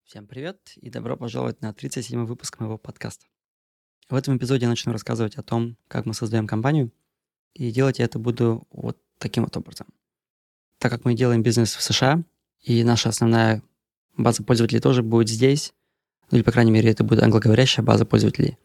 Всем привет и добро пожаловать на 37-й выпуск моего подкаста. В этом эпизоде я начну рассказывать о том, как мы создаем компанию, и делать я это буду вот таким вот образом. Так как мы делаем бизнес в США, и наша основная база пользователей тоже будет здесь, ну или, по крайней мере, это будет англоговорящая база пользователей,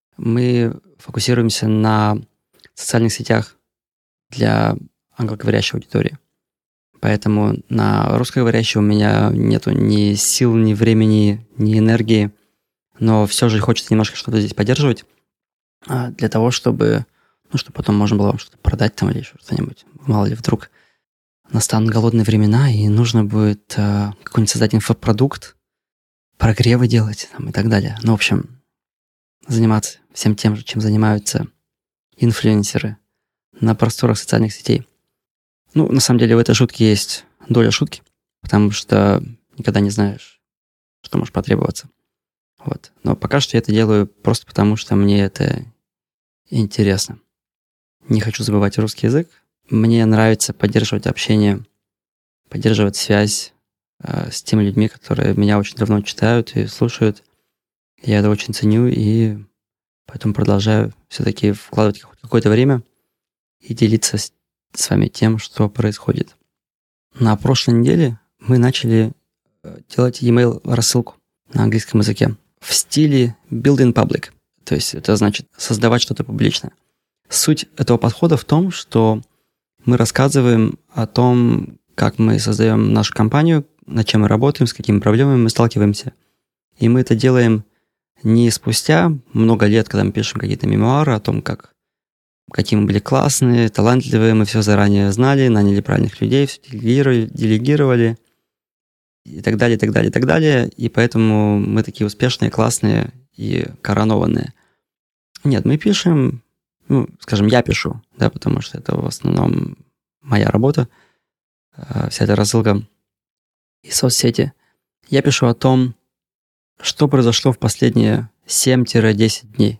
мы фокусируемся на социальных сетях для англоговорящей аудитории. Поэтому на русскоговорящей у меня нету ни сил, ни времени, ни энергии, но все же хочется немножко что-то здесь поддерживать для того, чтобы, чтобы потом можно было вам что-то продать там или еще что-нибудь. Мало ли, вдруг настанут голодные времена, и нужно будет какой-нибудь создать инфопродукт, прогревы делать там, и так далее. Ну, в общем, заниматься всем тем же, чем занимаются инфлюенсеры на просторах социальных сетей. Ну, на самом деле, в этой шутке есть доля шутки, потому что никогда не знаешь, что может потребоваться. Вот. Но пока что я это делаю просто потому, что мне это интересно. Не хочу забывать русский язык. Мне нравится поддерживать общение, поддерживать связь с теми людьми, которые меня очень давно читают и слушают. Я это очень ценю, и поэтому продолжаю все-таки вкладывать какое-то время и делиться с вами тем, что происходит. На прошлой неделе мы начали делать e-mail рассылку на английском языке в стиле build in public. То есть это значит создавать что-то публичное. Суть этого подхода в том, что мы рассказываем о том, как мы создаем нашу компанию, над чем мы работаем, с какими проблемами мы сталкиваемся. И мы это делаем не спустя много лет, когда мы пишем какие-то мемуары о том, какие мы были классные, талантливые, мы все заранее знали, наняли правильных людей, все делегировали и так далее, и так далее, и так далее. И поэтому мы такие успешные, классные и коронованные. Нет, мы пишем, скажем, я пишу, да, потому что это в основном моя работа, вся эта рассылка и соцсети. Я пишу о том, что произошло в последние 7-10 дней.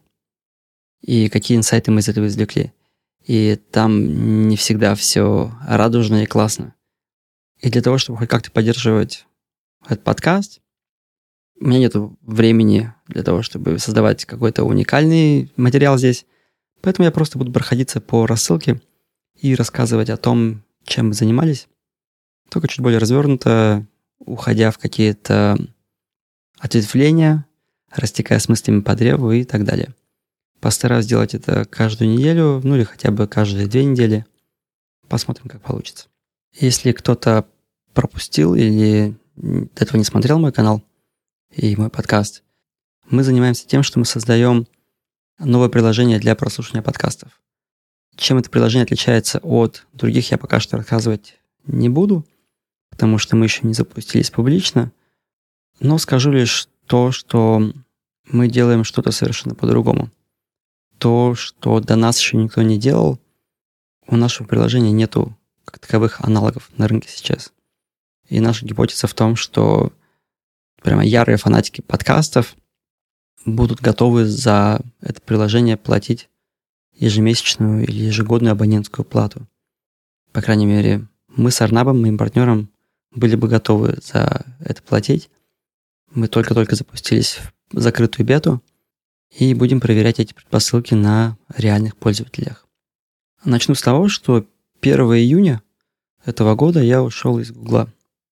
И какие инсайты мы из этого извлекли. И там не всегда все радужно и классно. И для того, чтобы хоть как-то поддерживать этот подкаст, у меня нет времени для того, чтобы создавать какой-то уникальный материал здесь. Поэтому я просто буду проходиться по рассылке и рассказывать о том, чем мы занимались, только чуть более развернуто, уходя в какие-то ответвления, растекая с мыслями по древу и так далее. Постараюсь сделать это каждую неделю, или хотя бы каждые 2 недели. Посмотрим, как получится. Если кто-то пропустил или до этого не смотрел мой канал и мой подкаст, мы занимаемся тем, что мы создаем новое приложение для прослушивания подкастов. Чем это приложение отличается от других, я пока что рассказывать не буду, потому что мы еще не запустились публично, но скажу лишь то, что мы делаем что-то совершенно по-другому. То, что до нас еще никто не делал, у нашего приложения нету как таковых аналогов на рынке сейчас. И наша гипотеза в том, что прямо ярые фанатики подкастов будут готовы за это приложение платить ежемесячную или ежегодную абонентскую плату. По крайней мере, мы с Арнабом, моим партнером, были бы готовы за это платить. Мы только-только запустились в закрытую бету, и будем проверять эти предпосылки на реальных пользователях. Начну с того, что 1 июня этого года я ушел из Гугла.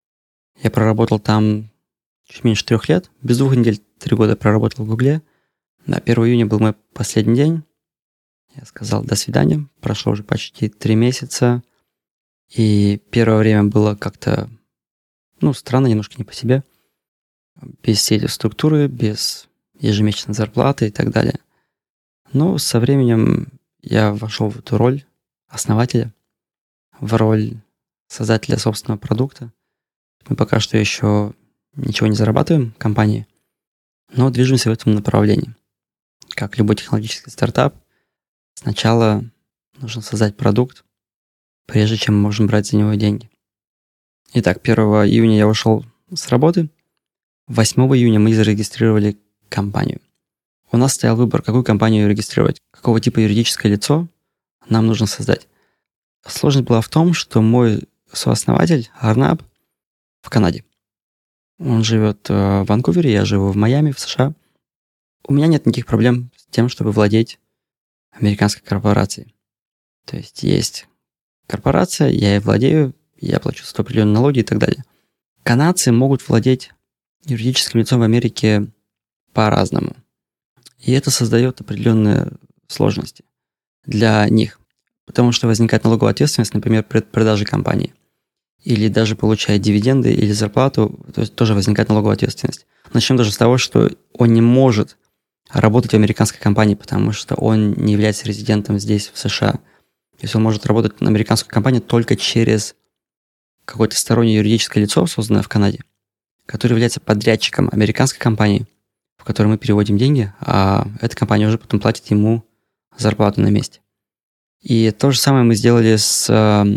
Я проработал там чуть меньше 3 лет. Без 2 недель 3 года проработал в Гугле. Да, 1 июня был мой последний день. Я сказал «до свидания». Прошло уже почти 3 месяца. И первое время было как-то, странно, немножко не по себе. Без всей этой структуры, без ежемесячной зарплаты и так далее. Но со временем я вошел в эту роль основателя, в роль создателя собственного продукта. Мы пока что еще ничего не зарабатываем в компании, но движемся в этом направлении. Как любой технологический стартап, сначала нужно создать продукт, прежде чем мы можем брать за него деньги. Итак, 1 июня я ушел с работы. 8 июня мы зарегистрировали компанию. У нас стоял выбор, какую компанию регистрировать, какого типа юридическое лицо нам нужно создать. Сложность была в том, что мой сооснователь Арнаб в Канаде. Он живет в Ванкувере, я живу в Майами, в США. У меня нет никаких проблем с тем, чтобы владеть американской корпорацией. То есть корпорация, я ей владею, я плачу определенные налоги и так далее. Канадцы могут владеть юридическим лицом в Америке по-разному. И это создает определенные сложности для них. Потому что возникает налоговая ответственность, например, при продаже компании. Или даже получая дивиденды или зарплату, то есть тоже возникает налоговая ответственность. Начнем даже с того, что он не может работать в американской компании, потому что он не является резидентом здесь, в США. То есть он может работать на американскую компанию только через какое-то стороннее юридическое лицо, созданное в Канаде, которое является подрядчиком американской компании, в которой мы переводим деньги, а эта компания уже потом платит ему зарплату на месте. И то же самое мы сделали с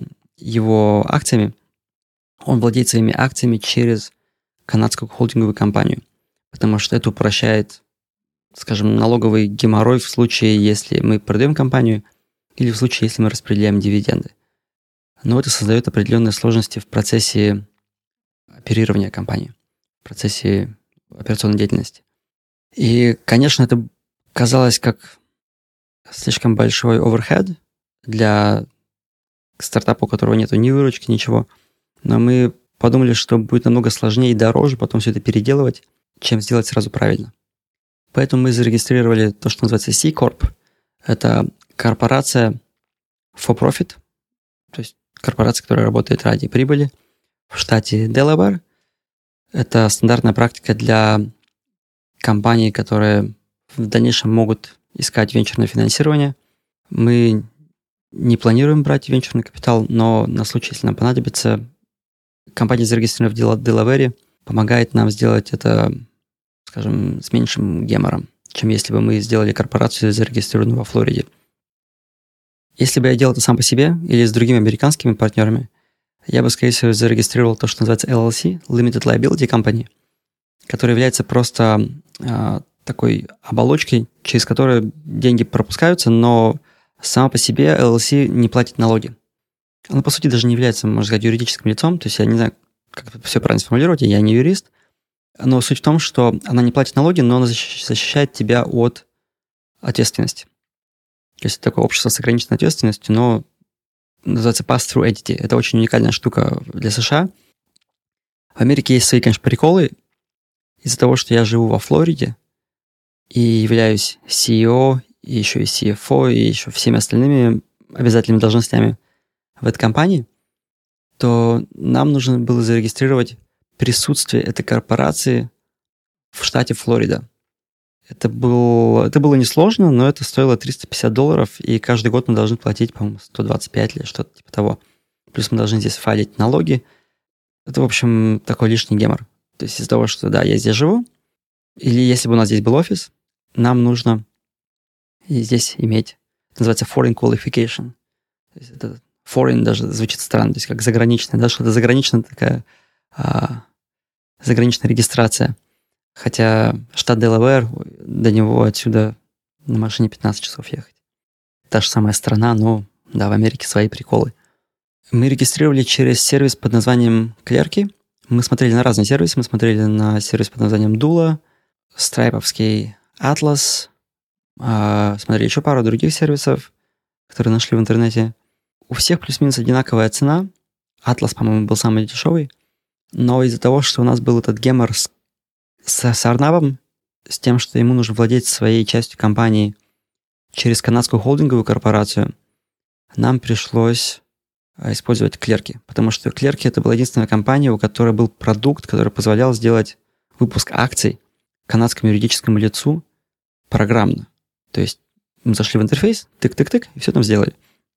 его акциями. Он владеет своими акциями через канадскую холдинговую компанию, потому что это упрощает, скажем, налоговый геморрой в случае, если мы продаем компанию или в случае, если мы распределяем дивиденды. Но это создает определенные сложности в процессе оперирования компании, в процессе операционной деятельности. И, конечно, это казалось как слишком большой оверхед для стартапа, у которого нет ни выручки, ничего. Но мы подумали, что будет намного сложнее и дороже потом все это переделывать, чем сделать сразу правильно. Поэтому мы зарегистрировали то, что называется C-Corp. Это корпорация for profit, то есть корпорация, которая работает ради прибыли в штате Делавэр. Это стандартная практика для компаний, которые в дальнейшем могут искать венчурное финансирование. Мы не планируем брать венчурный капитал, но на случай, если нам понадобится, компания, зарегистрированная в Делавере, помогает нам сделать это, скажем, с меньшим гемором, чем если бы мы сделали корпорацию, зарегистрированную во Флориде. Если бы я делал это сам по себе или с другими американскими партнерами, я бы, скорее всего, зарегистрировал то, что называется LLC, Limited Liability Company, которая является просто такой оболочкой, через которую деньги пропускаются, но сама по себе LLC не платит налоги. Она, по сути, даже не является, можно сказать, юридическим лицом, то есть я не знаю, как это все правильно сформулировать, я не юрист, но суть в том, что она не платит налоги, но она защищает тебя от ответственности. То есть это такое общество с ограниченной ответственностью, но называется pass-through entity. Это очень уникальная штука для США. В Америке есть свои, конечно, приколы. Из-за того, что я живу во Флориде и являюсь CEO, и еще и CFO, и еще всеми остальными обязательными должностями в этой компании, то нам нужно было зарегистрировать присутствие этой корпорации в штате Флорида. Это было несложно, но это стоило $350, и каждый год мы должны платить, по-моему, 125 или что-то типа того. Плюс мы должны здесь файлить налоги. Это, в общем, такой лишний гемор. То есть из-за того, что, да, я здесь живу, или если бы у нас здесь был офис, нам нужно здесь иметь, это называется foreign qualification. То есть это foreign даже звучит странно, то есть как заграничная, да, что-то заграничная такая, заграничная регистрация. Хотя штат Делавэр, до него отсюда на машине 15 часов ехать. Та же самая страна, но, да, в Америке свои приколы. Мы регистрировали через сервис под названием Клерки. Мы смотрели на разные сервисы. Мы смотрели на сервис под названием Дула, страйповский Atlas, смотрели еще пару других сервисов, которые нашли в интернете. У всех плюс-минус одинаковая цена. Atlas, по-моему, был самый дешевый. Но из-за того, что у нас был этот гемор с Арнавом, с тем, что ему нужно владеть своей частью компании через канадскую холдинговую корпорацию, нам пришлось использовать Клерки, потому что Клерки — это была единственная компания, у которой был продукт, который позволял сделать выпуск акций канадскому юридическому лицу программно. То есть мы зашли в интерфейс, тык-тык-тык, и все там сделали.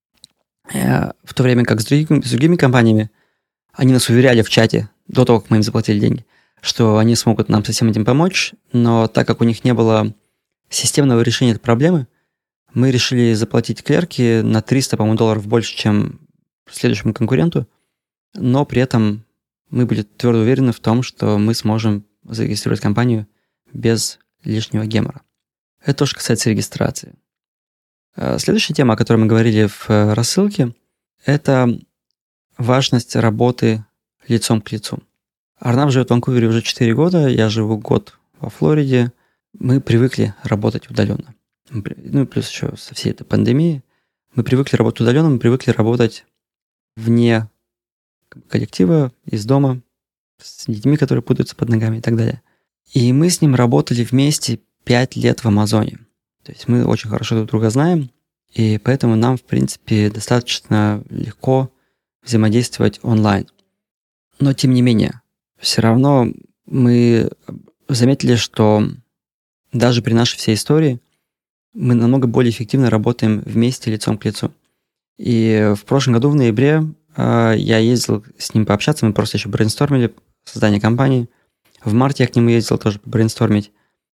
В то время как с другими компаниями они нас уверяли в чате, до того, как мы им заплатили деньги, что они смогут нам со всем этим помочь, но так как у них не было системного решения этой проблемы, мы решили заплатить Клерки на 300, по-моему, долларов больше, чем следующему конкуренту, но при этом мы были твердо уверены в том, что мы сможем зарегистрировать компанию без лишнего гемора. Это тоже касается регистрации. Следующая тема, о которой мы говорили в рассылке, это важность работы лицом к лицу. Арнав живет в Ванкувере уже 4 года, я живу год во Флориде. Мы привыкли работать удаленно. Ну и плюс еще со всей этой пандемией. Мы привыкли работать удаленно, мы привыкли работать вне коллектива, из дома, с детьми, которые путаются под ногами и так далее. И мы с ним работали вместе 5 лет в Амазоне. То есть мы очень хорошо друг друга знаем, и поэтому нам, в принципе, достаточно легко взаимодействовать онлайн. Но, тем не менее, все равно мы заметили, что даже при нашей всей истории мы намного более эффективно работаем вместе лицом к лицу. И в прошлом году, в ноябре, я ездил с ним пообщаться, мы просто еще брейнстормили создание компании. В марте я к нему ездил тоже брейнстормить.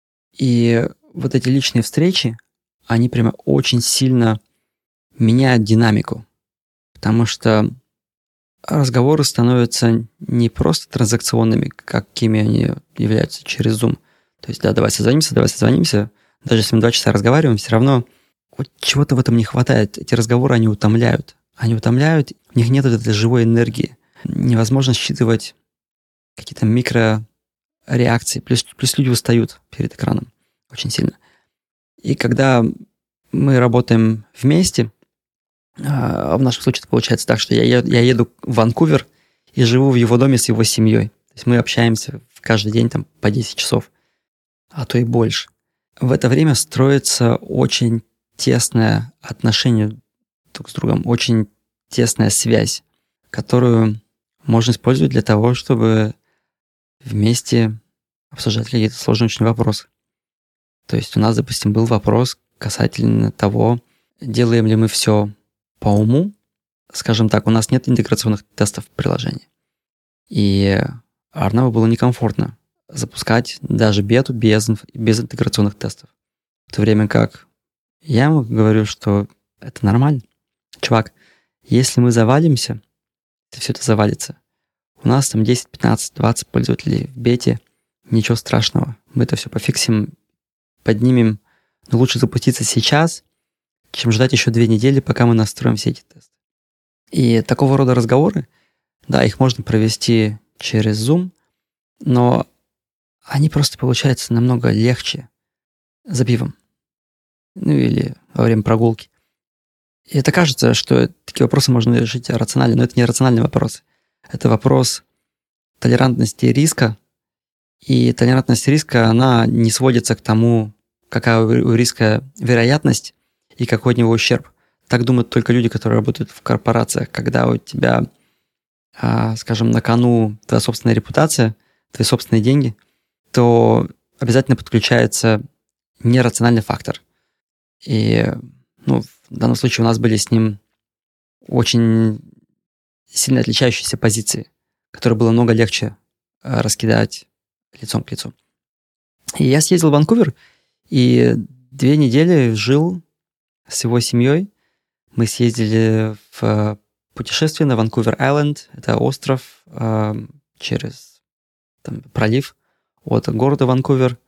И вот эти личные встречи, они прямо очень сильно меняют динамику. Потому что разговоры становятся не просто транзакционными, какими они являются через Zoom. То есть, да, давай созвонимся. Даже если мы 2 часа разговариваем, все равно вот чего-то в этом не хватает. Эти разговоры, они утомляют. У них нет вот этой живой энергии. Невозможно считывать какие-то микрореакции. Плюс люди устают перед экраном очень сильно. И когда мы работаем вместе, в нашем случае это получается так, что я еду в Ванкувер и живу в его доме с его семьей. То есть мы общаемся каждый день там по 10 часов, а то и больше. В это время строится очень тесное отношение друг с другом, очень тесная связь, которую можно использовать для того, чтобы вместе обсуждать какие-то сложные очень вопросы. То есть у нас, допустим, был вопрос касательно того, делаем ли мы все по уму. Скажем так, у нас нет интеграционных тестов в приложении. И Арнаву было некомфортно запускать даже бету без интеграционных тестов. В то время как я ему говорю, что это нормально. Чувак, если мы завалимся, то все это завалится. У нас там 10, 15, 20 пользователей в бете. Ничего страшного. Мы это все пофиксим, поднимем. Но лучше запуститься сейчас, чем ждать еще 2 недели, пока мы настроим все эти тесты. И такого рода разговоры, да, их можно провести через Zoom, но они просто получаются намного легче за пивом. Ну или во время прогулки. И это кажется, что такие вопросы можно решить рационально, но это не рациональный вопрос. Это вопрос толерантности риска. И толерантность риска, она не сводится к тому, какая у риска вероятность и какой от него ущерб. Так думают только люди, которые работают в корпорациях, когда у тебя, скажем, на кону твоя собственная репутация, твои собственные деньги, то обязательно подключается нерациональный фактор. И в данном случае у нас были с ним очень сильно отличающиеся позиции, которые было много легче раскидать лицом к лицу. И я съездил в Ванкувер, и 2 недели жил с его семьей. Мы съездили в путешествие на Ванкувер-Айленд. Это остров через пролив от города Ванкувер.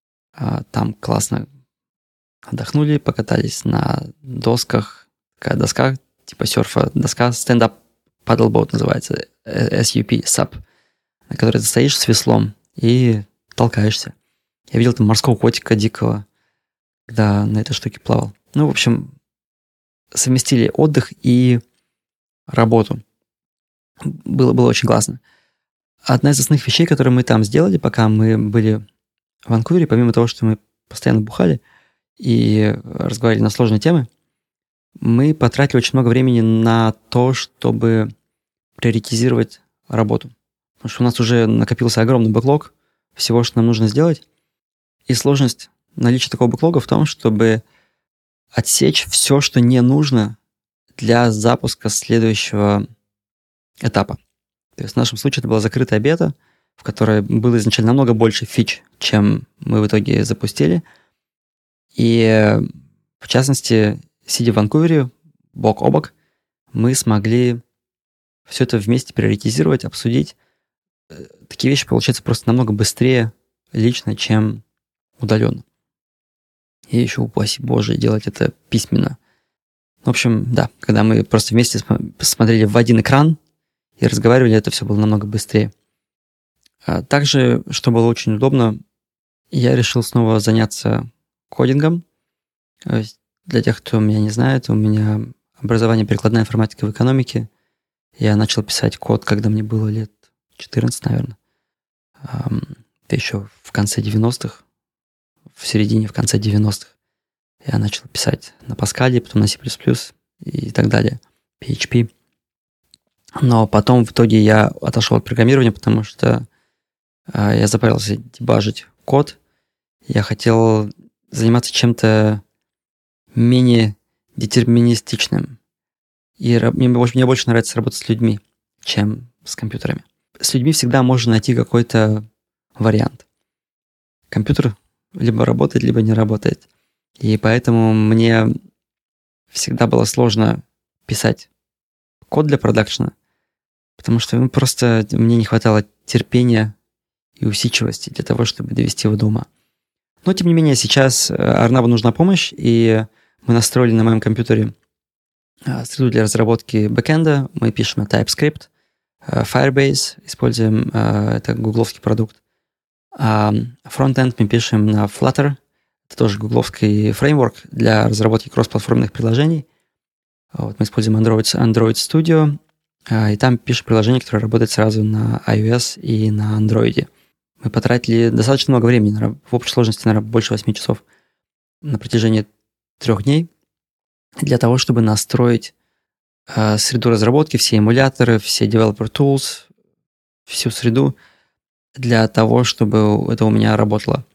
Там классно отдохнули, покатались на досках. Такая доска типа серфа, доска stand-up paddleboat называется, SUP, SUP, на которой ты стоишь с веслом и толкаешься. Я видел там морского котика дикого, когда на этой штуке плавал. В общем, совместили отдых и работу. Было очень классно. Одна из основных вещей, которые мы там сделали, пока мы были в Ванкувере, помимо того, что мы постоянно бухали и разговаривали на сложные темы, мы потратили очень много времени на то, чтобы приоритизировать работу. Потому что у нас уже накопился огромный бэклог всего, что нам нужно сделать. И сложность наличия такого бэклога в том, чтобы отсечь все, что не нужно для запуска следующего этапа. То есть в нашем случае это была закрытая бета, в которой было изначально намного больше фич, чем мы в итоге запустили. И в частности, сидя в Ванкувере, бок о бок, мы смогли все это вместе приоритизировать, обсудить. Такие вещи получаются просто намного быстрее лично, чем удаленно. И еще, упаси Боже, делать это письменно. В общем, да, когда мы просто вместе смотрели в один экран и разговаривали, это все было намного быстрее. Также, что было очень удобно, я решил снова заняться кодингом. Для тех, кто меня не знает, у меня образование прикладная информатика в экономике. Я начал писать код, когда мне было лет 14, наверное. Это еще в конце 90-х, в конце 90-х. Я начал писать на Паскале, потом на C++ и так далее, PHP. Но потом в итоге я отошел от программирования, потому что я запарился дебажить код. Я хотел заниматься чем-то менее детерминистичным. И мне больше нравится работать с людьми, чем с компьютерами. С людьми всегда можно найти какой-то вариант. Компьютер либо работает, либо не работает. И поэтому мне всегда было сложно писать код для продакшена, потому что просто мне не хватало терпения и усидчивости для того, чтобы довести его до ума. Но, тем не менее, сейчас Арнабу нужна помощь, и мы настроили на моем компьютере среду для разработки бэкэнда. Мы пишем на TypeScript, Firebase, используем, это гугловский продукт. А фронтенд мы пишем на Flutter, это тоже гугловский фреймворк для разработки кроссплатформенных приложений. Вот, мы используем Android Studio, и там пишем приложение, которое работает сразу на iOS и на Android. Мы потратили достаточно много времени, в общей сложности, наверное, больше 8 часов на протяжении 3 дней для того, чтобы настроить среду разработки, все эмуляторы, все developer tools, всю среду для того, чтобы это у меня работало.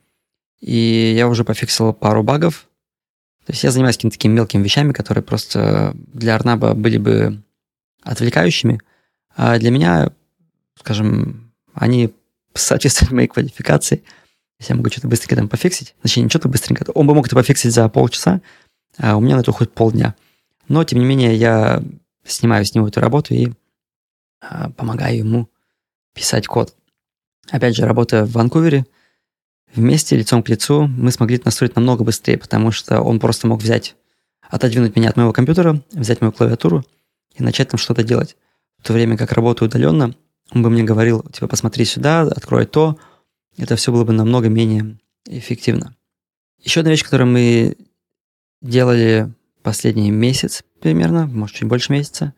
И я уже пофиксил пару багов. То есть я занимаюсь какими-то такими мелкими вещами, которые просто для Арнаба были бы отвлекающими, а для меня, скажем, они соответствуют моей квалификации. Если я могу что-то быстренько там пофиксить, точнее, не что-то быстренько, он бы мог это пофиксить за полчаса, а у меня на это уходит полдня. Но, тем не менее, я снимаю с него эту работу и помогаю ему писать код. Опять же, работая в Ванкувере, вместе, лицом к лицу, мы смогли это настроить намного быстрее, потому что он просто мог отодвинуть меня от моего компьютера, взять мою клавиатуру и начать там что-то делать. В то время как работаю удаленно, он бы мне говорил, типа, посмотри сюда, открой то. Это все было бы намного менее эффективно. Еще одна вещь, которую мы делали последний месяц примерно, может, чуть больше месяца,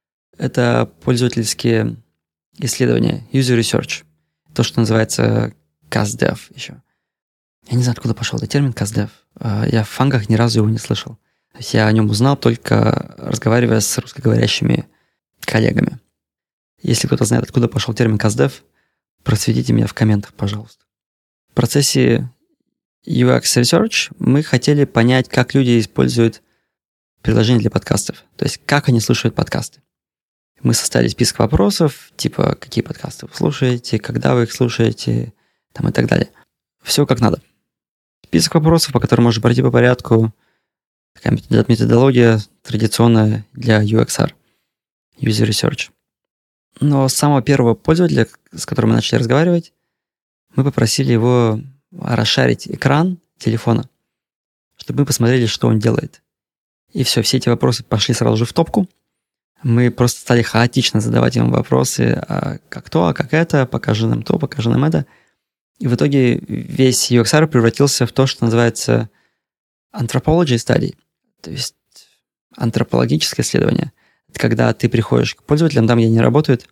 это пользовательские исследования, user research. То, что называется CastDev еще. Я не знаю, откуда пошел этот термин CastDev. Я в фангах ни разу его не слышал. То есть я о нем узнал только разговаривая с русскоговорящими коллегами. Если кто-то знает, откуда пошел термин CastDev, просветите меня в комментах, пожалуйста. В процессе UX Research мы хотели понять, как люди используют приложения для подкастов. То есть, как они слушают подкасты. Мы составили список вопросов, типа, какие подкасты вы слушаете, когда вы их слушаете, там и так далее. Все как надо. Список вопросов, по которым можно пройти по порядку. Такая методология традиционная для UXR, User Research. Но с самого первого пользователя, с которым мы начали разговаривать, мы попросили его расшарить экран телефона, чтобы мы посмотрели, что он делает. И все эти вопросы пошли сразу же в топку. Мы просто стали хаотично задавать ему вопросы, как то, как это, покажи нам то, покажи нам это. И в итоге весь UXR превратился в то, что называется anthropology study, то есть антропологическое исследование. Это когда ты приходишь к пользователям, там, где они работают,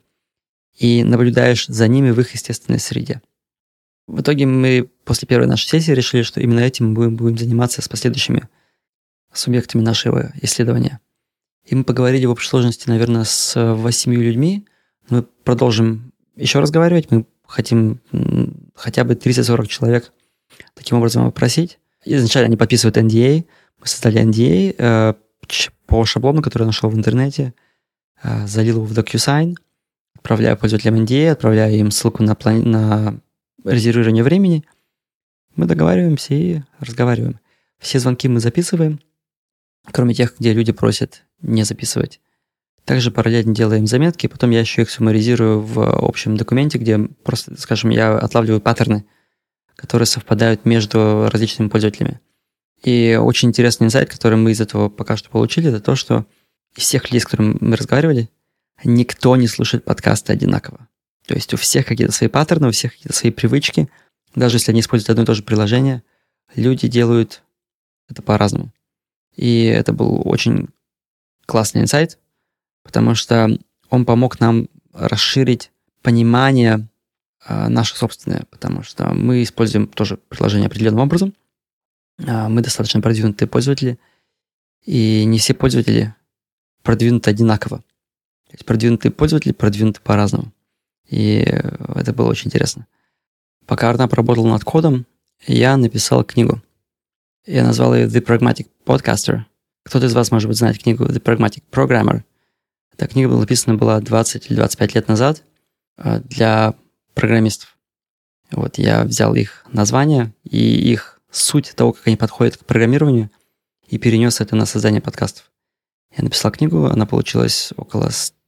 и наблюдаешь за ними в их естественной среде. В итоге мы после первой нашей сессии решили, что именно этим мы будем заниматься с последующими субъектами нашего исследования. И мы поговорили в общей сложности, наверное, с 8 людьми. Мы продолжим еще разговаривать. Мы хотим хотя бы 30-40 человек таким образом опросить. Изначально они подписывают NDA. Мы создали NDA по шаблону, который я нашел в интернете. Залил его в DocuSign. Отправляю пользователям NDA, отправляю им ссылку на резервирование времени. Мы договариваемся и разговариваем. Все звонки мы записываем, кроме тех, где люди просят не записывать. Также параллельно делаем заметки, потом я еще их суммаризирую в общем документе, где просто, скажем, я отлавливаю паттерны, которые совпадают между различными пользователями. И очень интересный инсайт, который мы из этого пока что получили, это то, что из всех людей, с которыми мы разговаривали, никто не слушает подкасты одинаково. То есть у всех какие-то свои паттерны, у всех какие-то свои привычки. Даже если они используют одно и то же приложение, люди делают это по-разному. И это был очень классный инсайт, потому что он помог нам расширить понимание наше собственное, потому что мы используем тоже приложение определенным образом. Мы достаточно продвинутые пользователи, и не все пользователи продвинуты одинаково. То есть продвинутые пользователи продвинуты по-разному. И это было очень интересно. Пока Арнап работал над кодом, я написал книгу. Я назвал ее The Pragmatic Podcaster. Кто-то из вас, может быть, знает книгу The Pragmatic Programmer. Эта книга была написана 20 или 25 лет назад для программистов. Вот я взял их название и их суть того, как они подходят к программированию, и перенес это на создание подкастов. Я написал книгу, она получилась около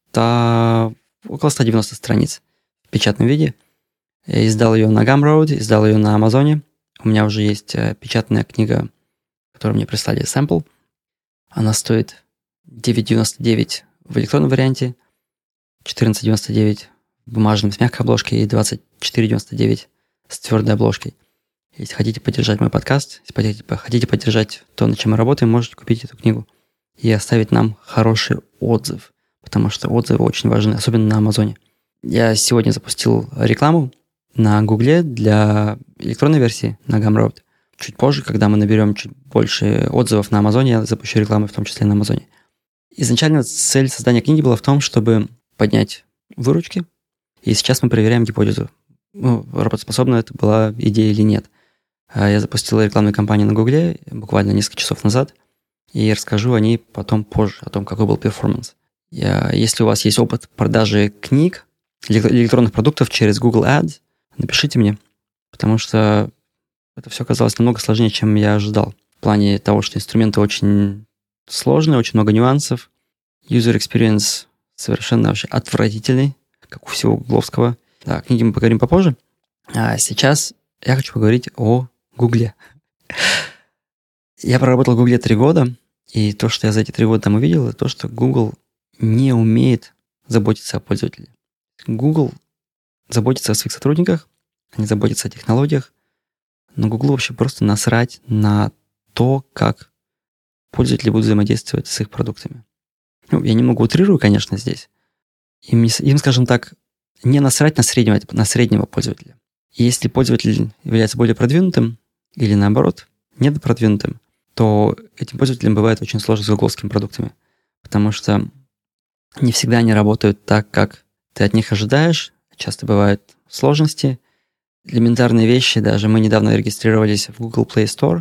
190 страниц в печатном виде. Я издал ее на Gumroad, издал ее на Амазоне. У меня уже есть печатная книга, которую мне прислали сэмпл. Она стоит $9.99 в электронном варианте, $14.99 в бумажном с мягкой обложкой и $24.99 с твердой обложкой. Если хотите поддержать мой подкаст, если хотите поддержать то, над чем мы работаем, можете купить эту книгу и оставить нам хороший отзыв, потому что отзывы очень важны, особенно на Амазоне. Я сегодня запустил рекламу на Гугле для электронной версии на Gumroad. Чуть позже, когда мы наберем чуть больше отзывов на Амазоне, я запущу рекламу в том числе на Амазоне. Изначально цель создания книги была в том, чтобы поднять выручки, и сейчас мы проверяем гипотезу. Работоспособна это была идея или нет. Я запустил рекламную кампанию на Гугле буквально несколько часов назад, и расскажу о ней потом позже, о том, какой был перформанс. Если у вас есть опыт продажи книг, электронных продуктов через Google Ads, напишите мне, потому что это все оказалось намного сложнее, чем я ожидал. В плане того, что инструменты очень сложные, очень много нюансов. User experience совершенно вообще отвратительный, как у всего гугловского. Да, о книге мы поговорим попозже. А сейчас я хочу поговорить о Гугле. Я проработал в Гугле 3 года, и то, что я за эти 3 года там увидел, это то, что Google не умеет заботиться о пользователе. Google заботится о своих сотрудниках, они заботятся о технологиях, но Google вообще просто насрать на то, как пользователи будут взаимодействовать с их продуктами. Я немного утрирую, конечно, здесь. Им, скажем так, не насрать на среднего пользователя. И если пользователь является более продвинутым или, наоборот, недопродвинутым, то этим пользователям бывает очень сложно с гугловскими продуктами, потому что не всегда они работают так, как ты от них ожидаешь. Часто бывают сложности, элементарные вещи. Даже мы недавно регистрировались в Google Play Store,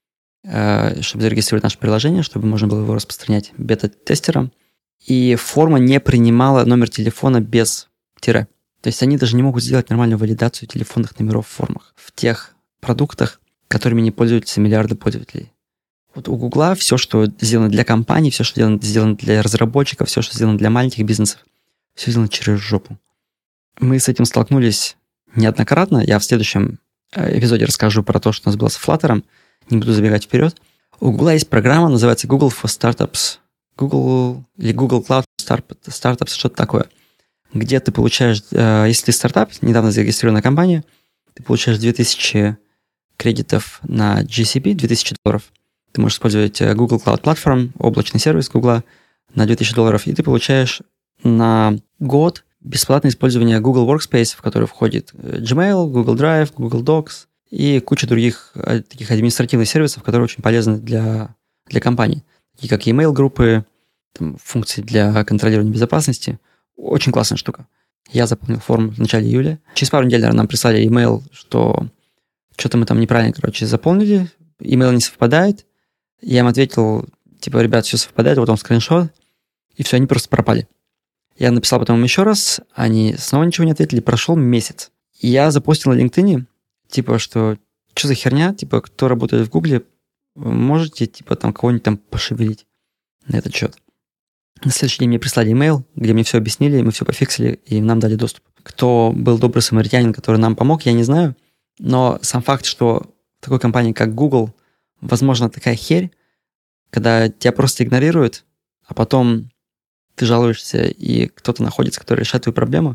чтобы зарегистрировать наше приложение, чтобы можно было его распространять бета-тестерам. И форма не принимала номер телефона без тире. То есть они даже не могут сделать нормальную валидацию телефонных номеров в формах в тех продуктах, которыми не пользуются миллиарды пользователей. Вот у Гугла все, что сделано для компаний, все, что сделано для разработчиков, все, что сделано для маленьких бизнесов, все сделано через жопу. Мы с этим столкнулись неоднократно. Я в следующем эпизоде расскажу про то, что у нас было с Flutter. Не буду забегать вперед. У Гугла есть программа, называется Google for Startups. Google или Google Cloud Startups, что-то такое. Где ты получаешь, если ты стартап, недавно зарегистрированная компания, ты получаешь 2000 кредитов на GCP, $2000. Ты можешь использовать Google Cloud Platform, облачный сервис Google, на $2000, и ты получаешь на год бесплатное использование Google Workspace, в который входит Gmail, Google Drive, Google Docs и куча других таких административных сервисов, которые очень полезны для компаний, такие как email группы, функции для контролирования безопасности. Очень классная штука. Я заполнил форму в начале июля. Через пару недель нам прислали email, что что-то мы там неправильно, заполнили, email не совпадает. Я им ответил, ребят, все совпадает, вот он скриншот, и все, они просто пропали. Я написал потом им еще раз, они снова ничего не ответили, прошел месяц. И я запостил на LinkedIn, что за херня, кто работает в Гугле, можете, кого-нибудь там пошевелить на этот счет. На следующий день мне прислали email, где мне все объяснили, мы все пофиксили, и нам дали доступ. Кто был добрый самаритянин, который нам помог, я не знаю, но сам факт, что в такой компании, как Google, возможно, такая херь, когда тебя просто игнорируют, а потом ты жалуешься, и кто-то находится, который решает твою проблему,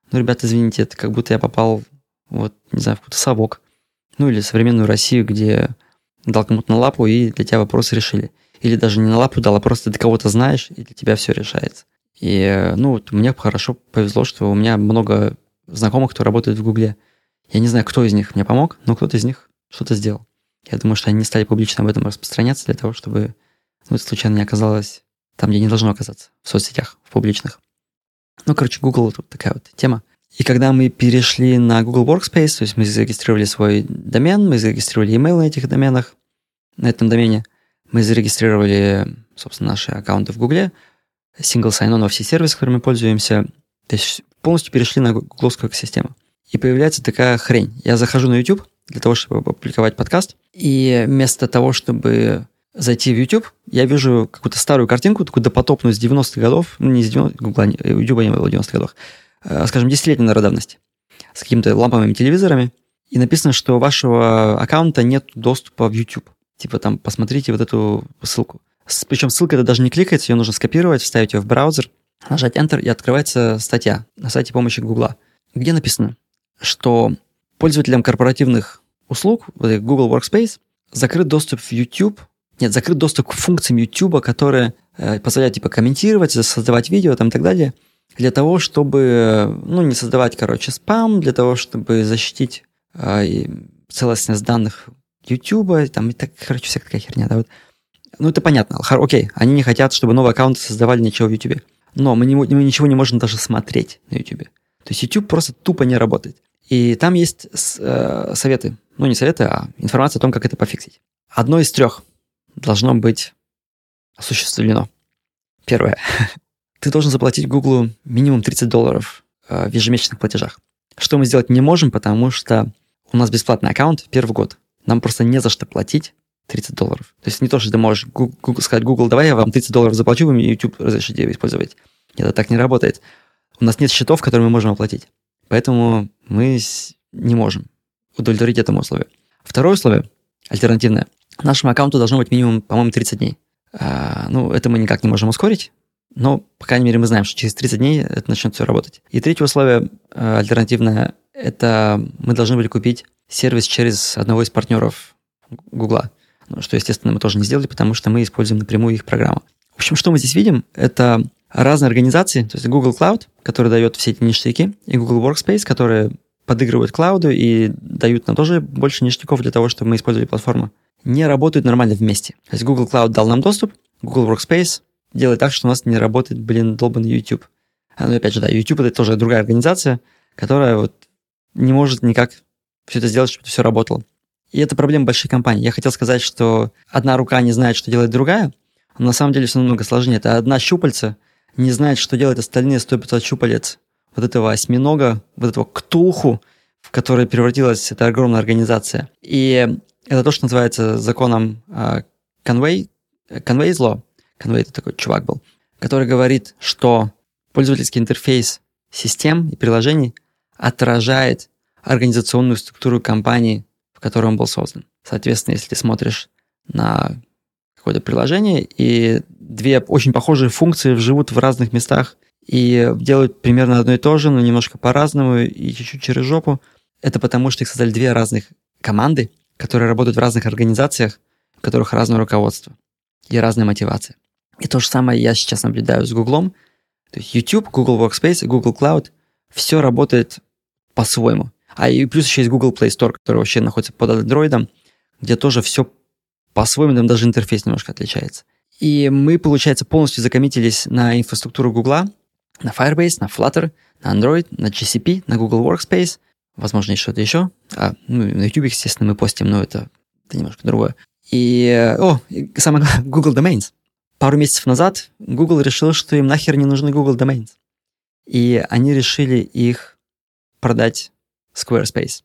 ну, ребята, извините, это как будто я попал, вот, не знаю, в какой-то совок. Ну, или современную Россию, где дал кому-то на лапу, и для тебя вопрос решили. Или даже не на лапу дал, а просто ты кого-то знаешь, и для тебя все решается. И, ну, вот мне хорошо повезло, что у меня много знакомых, кто работает в Гугле. Я не знаю, кто из них мне помог, но кто-то из них что-то сделал. Я думаю, что они не стали публично об этом распространяться для того, чтобы это случайно не оказалось там, где не должно оказаться, в соцсетях, в публичных. Ну, короче, Google тут такая вот тема. И когда мы перешли на Google Workspace, то есть мы зарегистрировали свой домен, мы зарегистрировали email на этих доменах, на этом домене, мы зарегистрировали, собственно, наши аккаунты в Гугле, single sign-on во все сервисы, которыми мы пользуемся, то есть полностью перешли на гугловскую экосистему. И появляется такая хрень. Я захожу на YouTube для того, чтобы опубликовать подкаст, и вместо того, чтобы зайти в YouTube, я вижу какую-то старую картинку, такую допотопную с 90-х годов, ну, не с 90-х, YouTube не было в 90-х годах, скажем, 10-летней, наверное, давности, с какими-то ламповыми телевизорами, и написано, что у вашего аккаунта нет доступа в YouTube. Типа там, посмотрите вот эту ссылку. Причем ссылка это даже не кликается, ее нужно скопировать, вставить ее в браузер, нажать Enter, и открывается статья на сайте помощи Гугла, где написано, что пользователям корпоративных услуг, Google Workspace, закрыт доступ в YouTube, закрыт доступ к функциям YouTube, которые позволяют типа комментировать, создавать видео там, и так далее, для того, чтобы, ну, не создавать, спам, для того, чтобы защитить целостность данных YouTube, там, и так, всякая такая херня, да, вот. Ну, это понятно, окей, они не хотят, чтобы новые аккаунты создавали ничего в YouTube, но мы ничего не можем даже смотреть на YouTube. То есть YouTube просто тупо не работает. И там есть советы, ну, не советы, а информация о том, как это пофиксить. Одно из 3 должно быть осуществлено. Первое. Ты должен заплатить Гуглу минимум $30 в ежемесячных платежах. Что мы сделать не можем, потому что у нас бесплатный аккаунт в первый год. Нам просто не за что платить $30. То есть не то, что ты можешь сказать, Google, давай я вам $30 заплачу, вы мне YouTube разрешите использовать. Это так не работает. У нас нет счетов, которые мы можем оплатить. Поэтому мы не можем удовлетворить этому условию. Второе условие, альтернативное. Нашему аккаунту должно быть минимум, по-моему, 30 дней. Ну, это мы никак не можем ускорить, но, по крайней мере, мы знаем, что через 30 дней это начнет все работать. И третье условие, альтернативное, это мы должны были купить сервис через одного из партнеров Гугла, что, естественно, мы тоже не сделали, потому что мы используем напрямую их программу. В общем, что мы здесь видим, это разные организации, то есть Google Cloud, который дает все эти ништяки, и Google Workspace, которые подыгрывают клауду и дают нам тоже больше ништяков для того, чтобы мы использовали платформу, не работают нормально вместе. То есть Google Cloud дал нам доступ, Google Workspace делает так, что у нас не работает, долбанный YouTube. Ну, опять же, да, YouTube — это тоже другая организация, которая вот не может никак все это сделать, чтобы это все работало. И это проблема большой компании. Я хотел сказать, что одна рука не знает, что делает другая, но на самом деле все намного сложнее. Это одна щупальца не знает, что делать остальные 100-500 щупалец вот этого осьминога, вот этого ктулху, в который превратилась эта огромная организация. И это то, что называется законом Conway's Law. Conway — это такой чувак был, который говорит, что пользовательский интерфейс систем и приложений отражает организационную структуру компании, в которой он был создан. Соответственно, если ты смотришь на какое-то приложение, и 2 очень похожие функции живут в разных местах и делают примерно одно и то же, но немножко по-разному и чуть-чуть через жопу, это потому, что их создали 2 разных команды, которые работают в разных организациях, у которых разное руководство и разная мотивация. И то же самое я сейчас наблюдаю с Гуглом. То есть YouTube, Google Workspace, Google Cloud, все работает по-своему. И плюс еще есть Google Play Store, который вообще находится под Android, где тоже все по-своему, там даже интерфейс немножко отличается. И мы, получается, полностью закоммитились на инфраструктуру Гугла, на Firebase, на Flutter, на Android, на GCP, на Google Workspace, возможно, и что-то еще. На YouTube, естественно, мы постим, но это немножко другое. И самое главное, Google Domains. Пару месяцев назад Google решил, что им нахер не нужны Google Domains. И они решили их продать Squarespace.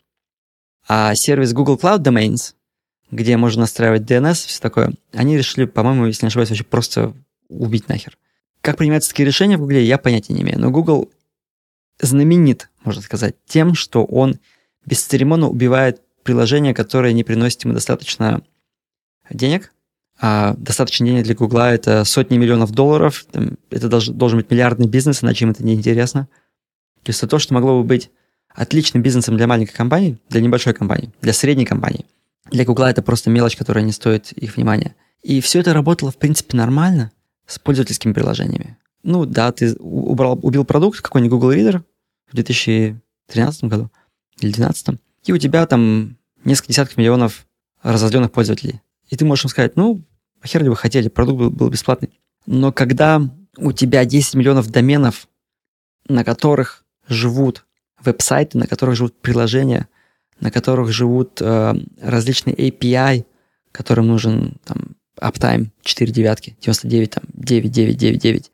А сервис Google Cloud Domains, где можно настраивать DNS, все такое, они решили, по-моему, если не ошибаюсь, вообще просто убить нахер. Как принимаются такие решения в Google, я понятия не имею. Но Google знаменит, можно сказать, тем, что он бесцеремонно убивает приложения, которые не приносят ему достаточно денег. А достаточно денег для Гугла — это сотни миллионов долларов. Это должен быть миллиардный бизнес, иначе им это не интересно. То есть это то, что могло бы быть отличным бизнесом для маленькой компании, для небольшой компании, для средней компании. Для Гугла это просто мелочь, которая не стоит их внимания. И все это работало, в принципе, нормально с пользовательскими приложениями. Ну да, ты убил продукт, какой-нибудь Google Reader в 2013 году или 2012, и у тебя там несколько десятков миллионов разозленных пользователей. И ты можешь им сказать, ну, а хер ли вы хотели, продукт был бесплатный. Но когда у тебя 10 миллионов доменов, на которых живут веб-сайты, на которых живут приложения, на которых живут различные API, которым нужен там uptime 4 девятки, 99, там, 9, 9, 9, 9,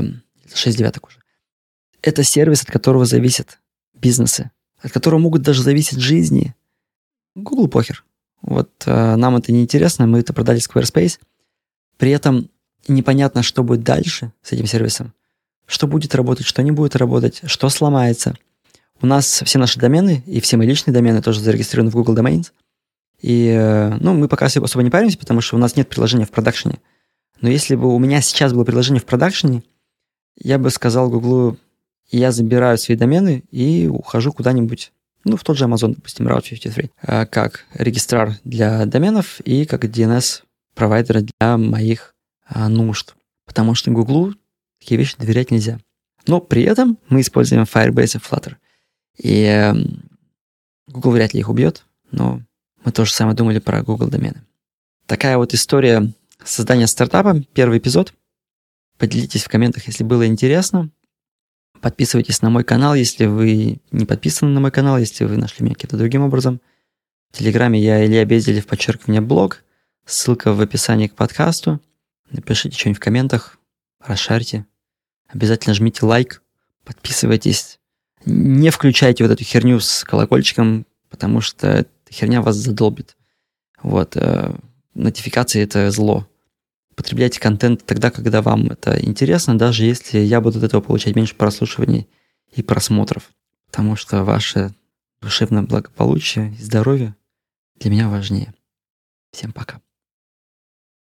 6 девяток уже. Это сервис, от которого зависят бизнесы, от которого могут даже зависеть жизни. Google похер. Вот нам это не интересно, мы это продали Squarespace. При этом непонятно, что будет дальше с этим сервисом. Что будет работать, что не будет работать, что сломается. У нас все наши домены и все мои личные домены тоже зарегистрированы в Google Domains. И мы пока особо не паримся, потому что у нас нет приложения в продакшене. Но если бы у меня сейчас было приложение в продакшене, я бы сказал Google, я забираю свои домены и ухожу куда-нибудь, в тот же Amazon, допустим, Route 53, как регистрар для доменов и как DNS-провайдер для моих нужд. Потому что Google такие вещи доверять нельзя. Но при этом мы используем Firebase и Flutter. И Google вряд ли их убьет, но мы тоже самое думали про Google домены. Такая вот история создания стартапа, первый эпизод. Поделитесь в комментах, если было интересно. Подписывайтесь на мой канал, если вы не подписаны на мой канал, если вы нашли меня каким-то другим образом. В Телеграме я Илья Безделев, подчеркивание, блог. Ссылка в описании к подкасту. Напишите что-нибудь в комментах, расшарьте. Обязательно жмите лайк, подписывайтесь. Не включайте вот эту херню с колокольчиком, потому что эта херня вас задолбит. Вот. Нотификации – это зло. Потребляйте контент тогда, когда вам это интересно, даже если я буду от этого получать меньше прослушиваний и просмотров. Потому что ваше душевное благополучие и здоровье для меня важнее. Всем пока.